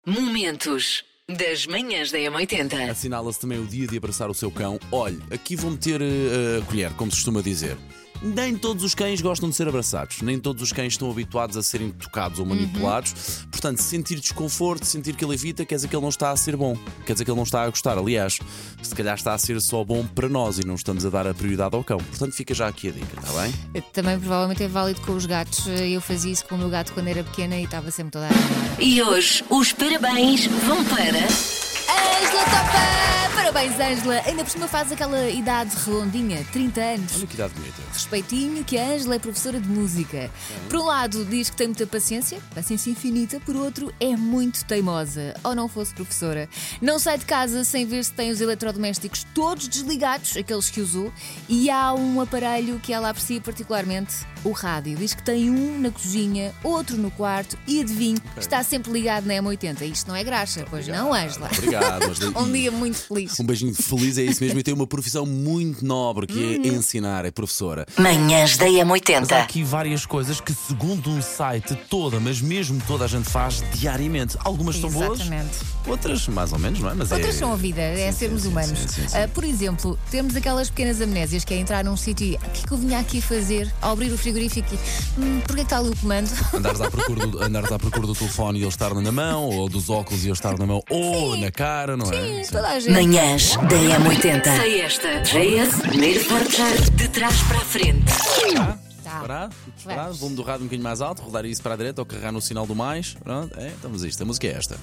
Momentos das manhãs da M80. Assinala-se também o dia de abraçar o seu cão. Olhe, aqui vou meter a colher, como se costuma dizer. Nem todos os cães gostam de ser abraçados. Nem todos os cães estão habituados a serem tocados ou manipulados. Portanto, sentir desconforto, sentir que ele evita, quer dizer que ele não está a ser bom. Quer dizer que ele não está a gostar. Aliás, se calhar está a ser só bom para nós e não estamos a dar a prioridade ao cão. Portanto, fica já aqui a dica, está bem? Também provavelmente é válido com os gatos. Eu fazia isso com o meu gato quando era pequena e estava sempre toda a animada. E hoje os parabéns vão para... Ângela Topa! Parabéns, Ângela! Ainda por cima faz aquela idade redondinha, 30 anos. Olha que idade bonita. Respeitinho que a Ângela é professora de música. Por um lado diz que tem muita paciência infinita. Por outro, é muito teimosa. Ou não fosse professora. Não sai de casa sem ver se tem os eletrodomésticos todos desligados, aqueles que usou. E há um aparelho que ela aprecia particularmente, o rádio. Diz que tem um na cozinha, outro no quarto e adivinhe, está sempre ligado na M80. Isto não é graxa, pois não, Ângela? Obrigado. Mas Um dia muito feliz. um beijinho feliz, é isso mesmo. E tem uma profissão muito nobre que é ensinar, é professora. Manhãs da Mas há M80. aqui várias coisas que, segundo um site, mas mesmo toda a gente faz diariamente. Algumas são boas, Exatamente. outras mais ou menos, não é? Mas Outras são a vida, é sermos humanos. sim. Por exemplo, temos aquelas pequenas amnésias que é entrar num sítio e o que é que eu vinha aqui fazer? Ao abrir o frigorífico e porque é que está ali o comando? Andares à procura do telefone e ele estar na mão, ou dos óculos e ele estar na mão, ou na cara, não é? Sim, toda a gente. Manhãs da M80. Sei esta. JS, primeiro forjar de trás para a frente. Tá. Parado? Volume do rádio um bocadinho mais alto, rodar isso para a direita ou carregar no sinal do mais. Pronto, estamos a isto. A música é esta.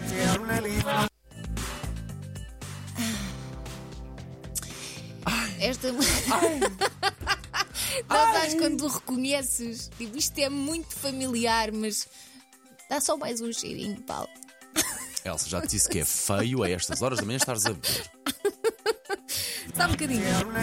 Esta. Não sabes quando tu reconheces, tipo, isto é muito familiar, mas dá só mais um cheirinho, Paulo. Elsa, já te disse que é feio a estas horas da manhã estares a beber. Só um bocadinho.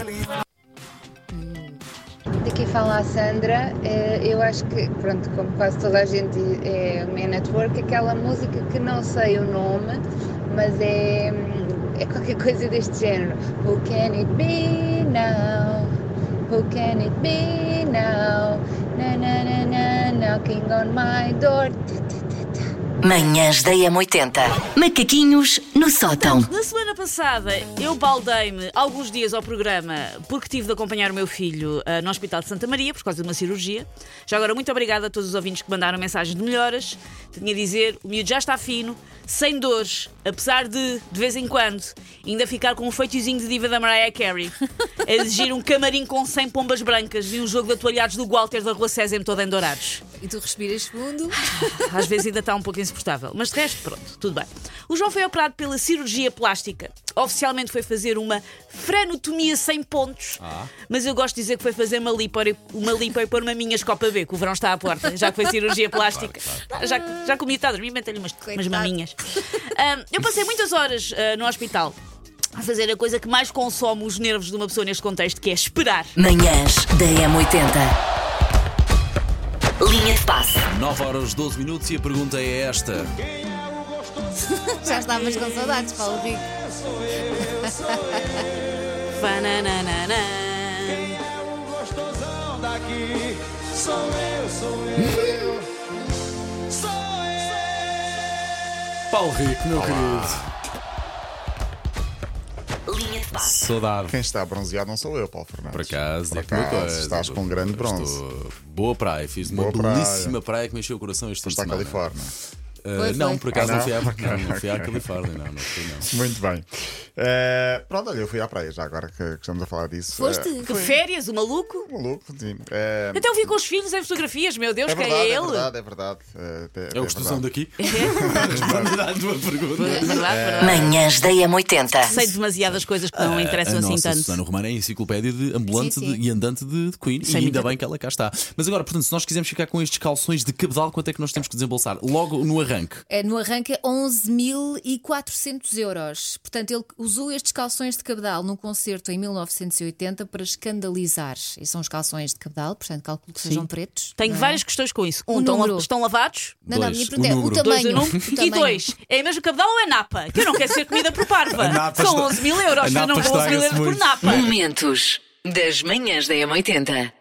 Daqui fala a Sandra. Eu acho que, pronto, como quase toda a gente é Man at Work, aquela música que não sei o nome, mas é qualquer coisa deste género. Who can it be now? Who can it be now? Na na na na, knocking on my door. Manhãs da M80. Macaquinhos no sótão. Na semana passada eu baldei-me alguns dias ao programa porque tive de acompanhar o meu filho no Hospital de Santa Maria por causa de uma cirurgia. Já agora, muito obrigada a todos os ouvintes que mandaram mensagens de melhoras. Tinha a dizer, o miúdo já está fino, sem dores, apesar de vez em quando, ainda ficar com um feitiozinho de diva da Mariah Carey, a exigir um camarim com 100 pombas brancas e um jogo de atualhados do Walter da Rua Sésamo todo em dourados. E tu respiras fundo. Às vezes ainda está um pouco insuportável, mas de resto, pronto, tudo bem. O João foi operado pela cirurgia plástica. Oficialmente foi fazer uma frenotomia sem pontos, mas eu gosto de dizer que foi fazer uma lipo e pôr uma minhas Copa B, que o verão está à porta, já que foi cirurgia plástica. Claro. Já que o miúdo está a dormir, mete-lhe umas maminhas. Eu passei muitas horas no hospital a fazer a coisa que mais consome os nervos de uma pessoa neste contexto, que é esperar. Manhãs da M80. Linha de passe. 9 horas 12 minutos e a pergunta é esta. Já estavas com saudades, Paulo Rico. Fananana. Paulo Rico, meu querido. Linha de passe. Saudade. Quem está bronzeado não sou eu, Paulo Fernandes. Por acaso, Por digo-te uma acaso, coisa. estás com um grande bronze. Boa praia, fiz uma Boa praia. belíssima praia que me encheu o coração este fim de Está a semana. Califórnia. Não, por acaso Ah, não fui à, não? não fui à Califórnia, não fui não. Muito bem. Pronto, olha, eu fui à praia já agora que estamos a falar disso. Foste? Que férias, o maluco? Maluco, sim. Até eu vi com os filhos em fotografias, meu Deus, quem é ele? É verdade. É o gostosão verdade. daqui? Responsabilidade de uma pergunta. Verdade. Manhãs da M80. Sei demasiadas coisas que não interessam A assim nossa tanto. Susana Romana é a enciclopédia de ambulante Sim. e andante de Queen. Sei E ainda muito. bem que ela cá está. Mas agora, portanto, se nós quisermos ficar com estes calções de cabedal, quanto é que nós temos que desembolsar? Logo no arranque. No arranque é 11.400 euros. Portanto, ele usou estes calções de cabedal num concerto em 1980 para escandalizar. E são os calções de cabedal, portanto, calculo que sejam pretos. Tenho não é? várias questões com isso. O Um, número. estão lavados? Não, a Dois, minha o pergunta é o número. Dois, tamanho. eu não. O E tamanho. dois, é mesmo cabedal ou é napa? Que eu não quero ser comida por parva. A napa São está- 11 mil euros, a eu não napa vou 11 mil estraga-se euros por muito. napa. Momentos das manhãs da M80.